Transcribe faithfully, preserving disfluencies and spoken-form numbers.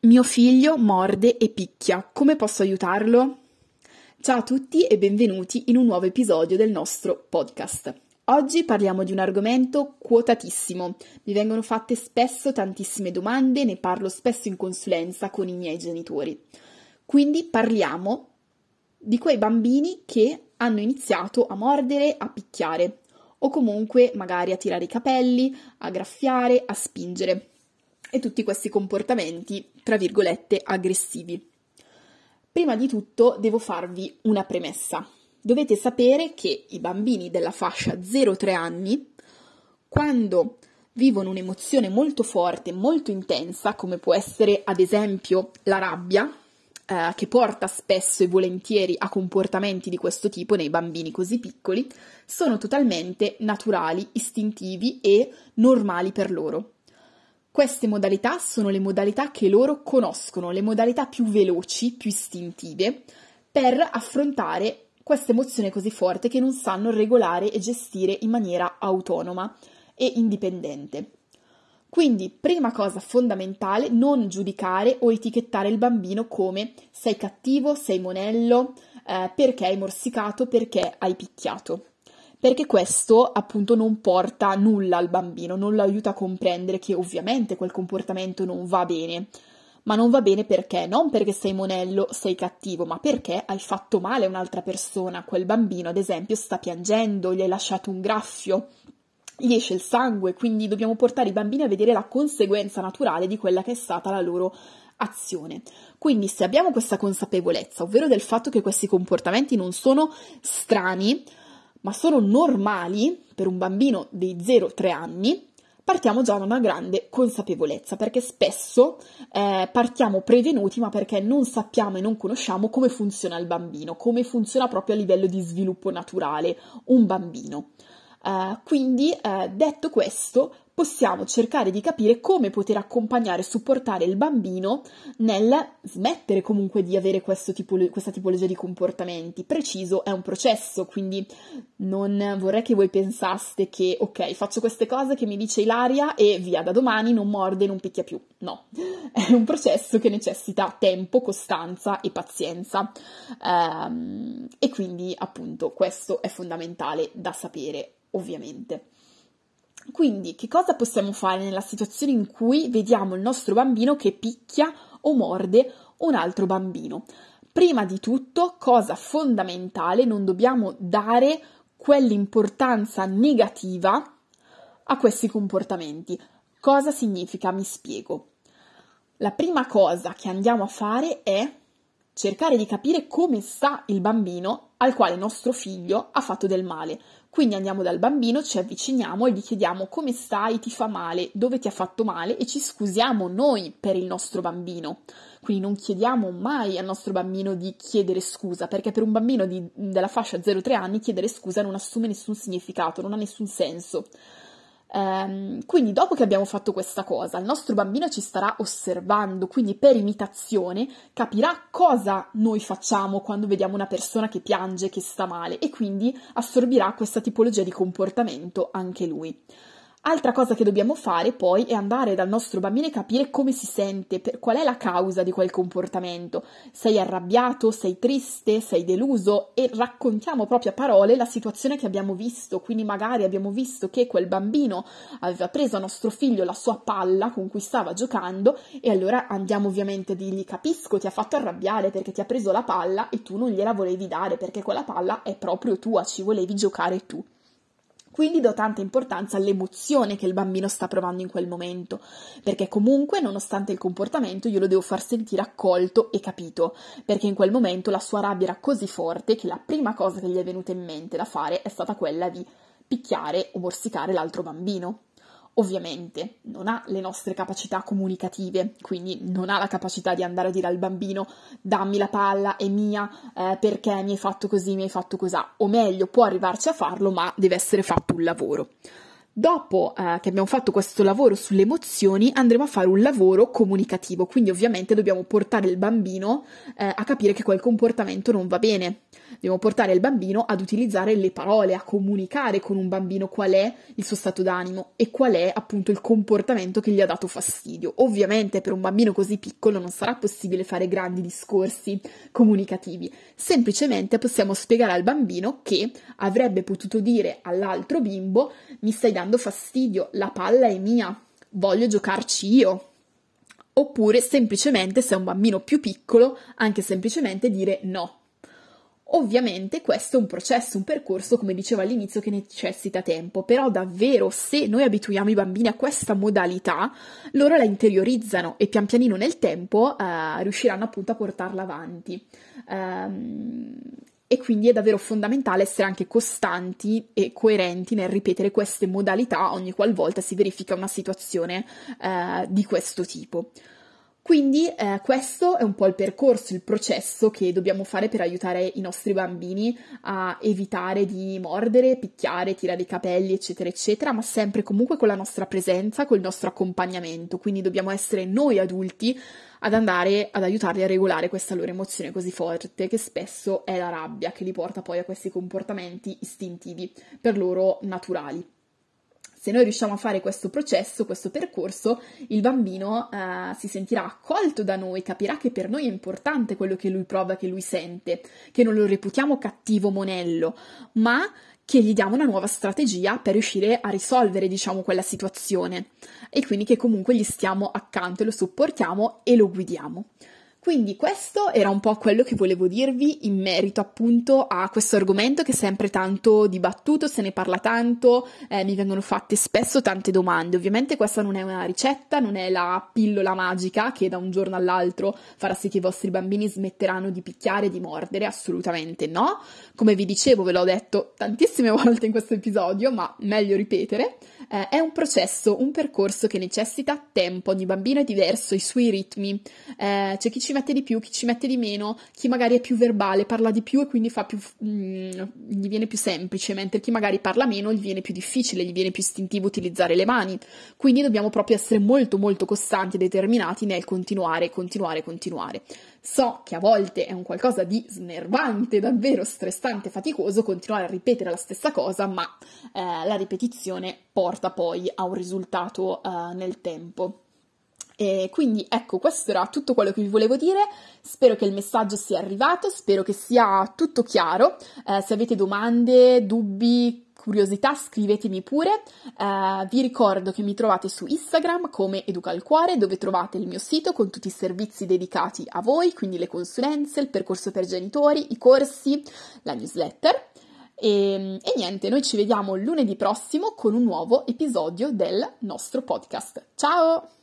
Mio figlio morde e picchia, come posso aiutarlo? Ciao a tutti e benvenuti in un nuovo episodio del nostro podcast. Oggi parliamo di un argomento quotatissimo, mi vengono fatte spesso tantissime domande, ne parlo spesso in consulenza con i miei genitori. Quindi parliamo di quei bambini che hanno iniziato a mordere, a picchiare o comunque magari a tirare i capelli, a graffiare, a spingere. E tutti questi comportamenti, tra virgolette, aggressivi. Prima di tutto devo farvi una premessa. Dovete sapere che i bambini della fascia zero tre anni, quando vivono un'emozione molto forte, molto intensa, come può essere ad esempio la rabbia, eh, che porta spesso e volentieri a comportamenti di questo tipo nei bambini così piccoli, sono totalmente naturali, istintivi e normali per loro. Queste modalità sono le modalità che loro conoscono, le modalità più veloci, più istintive, per affrontare questa emozione così forte che non sanno regolare e gestire in maniera autonoma e indipendente. Quindi, prima cosa fondamentale, non giudicare o etichettare il bambino come sei cattivo, sei monello, eh, perché hai morsicato, perché hai picchiato. Perché questo appunto non porta nulla al bambino, non lo aiuta a comprendere che ovviamente quel comportamento non va bene, ma non va bene perché? Non perché sei monello, sei cattivo, ma perché hai fatto male a un'altra persona. Quel bambino ad esempio sta piangendo, gli hai lasciato un graffio, gli esce il sangue, quindi dobbiamo portare i bambini a vedere la conseguenza naturale di quella che è stata la loro azione. Quindi se abbiamo questa consapevolezza, ovvero del fatto che questi comportamenti non sono strani, ma sono normali per un bambino dei zero tre anni, partiamo già da una grande consapevolezza, perché spesso eh, partiamo prevenuti, ma perché non sappiamo e non conosciamo come funziona il bambino, come funziona proprio a livello di sviluppo naturale un bambino. Uh, quindi, uh, detto questo, possiamo cercare di capire come poter accompagnare e supportare il bambino nel smettere comunque di avere questo tipo, questa tipologia di comportamenti. Preciso, è un processo, quindi non vorrei che voi pensaste che, ok, faccio queste cose che mi dice Ilaria e via, da domani non morde e non picchia più. No, è un processo che necessita tempo, costanza e pazienza. Um, e quindi, appunto, questo è fondamentale da sapere. Ovviamente. Quindi, che cosa possiamo fare nella situazione in cui vediamo il nostro bambino che picchia o morde un altro bambino? Prima di tutto, cosa fondamentale, non dobbiamo dare quell'importanza negativa a questi comportamenti. Cosa significa? Mi spiego. La prima cosa che andiamo a fare è cercare di capire come sta il bambino al quale nostro figlio ha fatto del male. Quindi andiamo dal bambino, ci avviciniamo e gli chiediamo come stai, ti fa male, dove ti ha fatto male e ci scusiamo noi per il nostro bambino. Quindi non chiediamo mai al nostro bambino di chiedere scusa, perché per un bambino di, della fascia zero tre anni chiedere scusa non assume nessun significato, non ha nessun senso. Um, quindi dopo che abbiamo fatto questa cosa, il nostro bambino ci starà osservando, quindi per imitazione capirà cosa noi facciamo quando vediamo una persona che piange, che sta male e quindi assorbirà questa tipologia di comportamento anche lui. Altra cosa che dobbiamo fare poi è andare dal nostro bambino e capire come si sente, per, qual è la causa di quel comportamento. Sei arrabbiato, sei triste, sei deluso e raccontiamo proprio a parole la situazione che abbiamo visto. Quindi magari abbiamo visto che quel bambino aveva preso a nostro figlio la sua palla con cui stava giocando e allora andiamo ovviamente a dirgli capisco, ti ha fatto arrabbiare perché ti ha preso la palla e tu non gliela volevi dare perché quella palla è proprio tua, ci volevi giocare tu. Quindi do tanta importanza all'emozione che il bambino sta provando in quel momento, perché comunque, nonostante il comportamento, io lo devo far sentire accolto e capito, perché in quel momento la sua rabbia era così forte che la prima cosa che gli è venuta in mente da fare è stata quella di picchiare o morsicare l'altro bambino. Ovviamente non ha le nostre capacità comunicative, quindi non ha la capacità di andare a dire al bambino dammi la palla, è mia, eh, perché mi hai fatto così, mi hai fatto cosà, o meglio può arrivarci a farlo ma deve essere fatto un lavoro. Dopo eh, che abbiamo fatto questo lavoro sulle emozioni, andremo a fare un lavoro comunicativo, quindi ovviamente dobbiamo portare il bambino eh, a capire che quel comportamento non va bene. Dobbiamo portare il bambino ad utilizzare le parole, a comunicare con un bambino qual è il suo stato d'animo e qual è appunto il comportamento che gli ha dato fastidio. Ovviamente per un bambino così piccolo non sarà possibile fare grandi discorsi comunicativi, semplicemente possiamo spiegare al bambino che avrebbe potuto dire all'altro bimbo: mi stai dando fastidio, la palla è mia, voglio giocarci io. Oppure semplicemente, se è un bambino più piccolo, anche semplicemente dire no. Ovviamente questo è un processo, un percorso, come dicevo all'inizio, che necessita tempo, però davvero se noi abituiamo i bambini a questa modalità, loro la interiorizzano e pian pianino nel tempo eh, riusciranno appunto a portarla avanti. Um, e quindi è davvero fondamentale essere anche costanti e coerenti nel ripetere queste modalità ogni qualvolta si verifica una situazione eh, di questo tipo. Quindi eh, questo è un po' il percorso, il processo che dobbiamo fare per aiutare i nostri bambini a evitare di mordere, picchiare, tirare i capelli, eccetera, eccetera, ma sempre comunque con la nostra presenza, col nostro accompagnamento. Quindi dobbiamo essere noi adulti ad andare ad aiutarli a regolare questa loro emozione così forte, che spesso è la rabbia che li porta poi a questi comportamenti istintivi, per loro naturali. Se noi riusciamo a fare questo processo, questo percorso, il bambino eh, si sentirà accolto da noi, capirà che per noi è importante quello che lui prova, che lui sente, che non lo reputiamo cattivo monello, ma che gli diamo una nuova strategia per riuscire a risolvere, diciamo, quella situazione, e quindi che comunque gli stiamo accanto e lo supportiamo e lo guidiamo. Quindi questo era un po' quello che volevo dirvi in merito appunto a questo argomento che è sempre tanto dibattuto, se ne parla tanto, eh, mi vengono fatte spesso tante domande. Ovviamente questa non è una ricetta, non è la pillola magica che da un giorno all'altro farà sì che i vostri bambini smetteranno di picchiare e di mordere, assolutamente no. Come vi dicevo, ve l'ho detto tantissime volte in questo episodio, ma meglio ripetere, eh, è un processo, un percorso che necessita tempo, ogni bambino è diverso, i suoi ritmi, eh, c'è chi ci mette di più, chi ci mette di meno, chi magari è più verbale, parla di più e quindi fa più, mm, gli viene più semplice, mentre chi magari parla meno gli viene più difficile, gli viene più istintivo utilizzare le mani. Quindi dobbiamo proprio essere molto molto costanti e determinati nel continuare, continuare, continuare. So che a volte è un qualcosa di snervante, davvero stressante, faticoso continuare a ripetere la stessa cosa, ma eh, la ripetizione porta poi a un risultato eh, nel tempo. E quindi ecco, questo era tutto quello che vi volevo dire, spero che il messaggio sia arrivato, spero che sia tutto chiaro, eh, se avete domande, dubbi, curiosità scrivetemi pure, eh, vi ricordo che mi trovate su Instagram come Educa al Cuore, dove trovate il mio sito con tutti i servizi dedicati a voi, quindi le consulenze, il percorso per genitori, i corsi, la newsletter. E, e niente, noi ci vediamo lunedì prossimo con un nuovo episodio del nostro podcast. Ciao!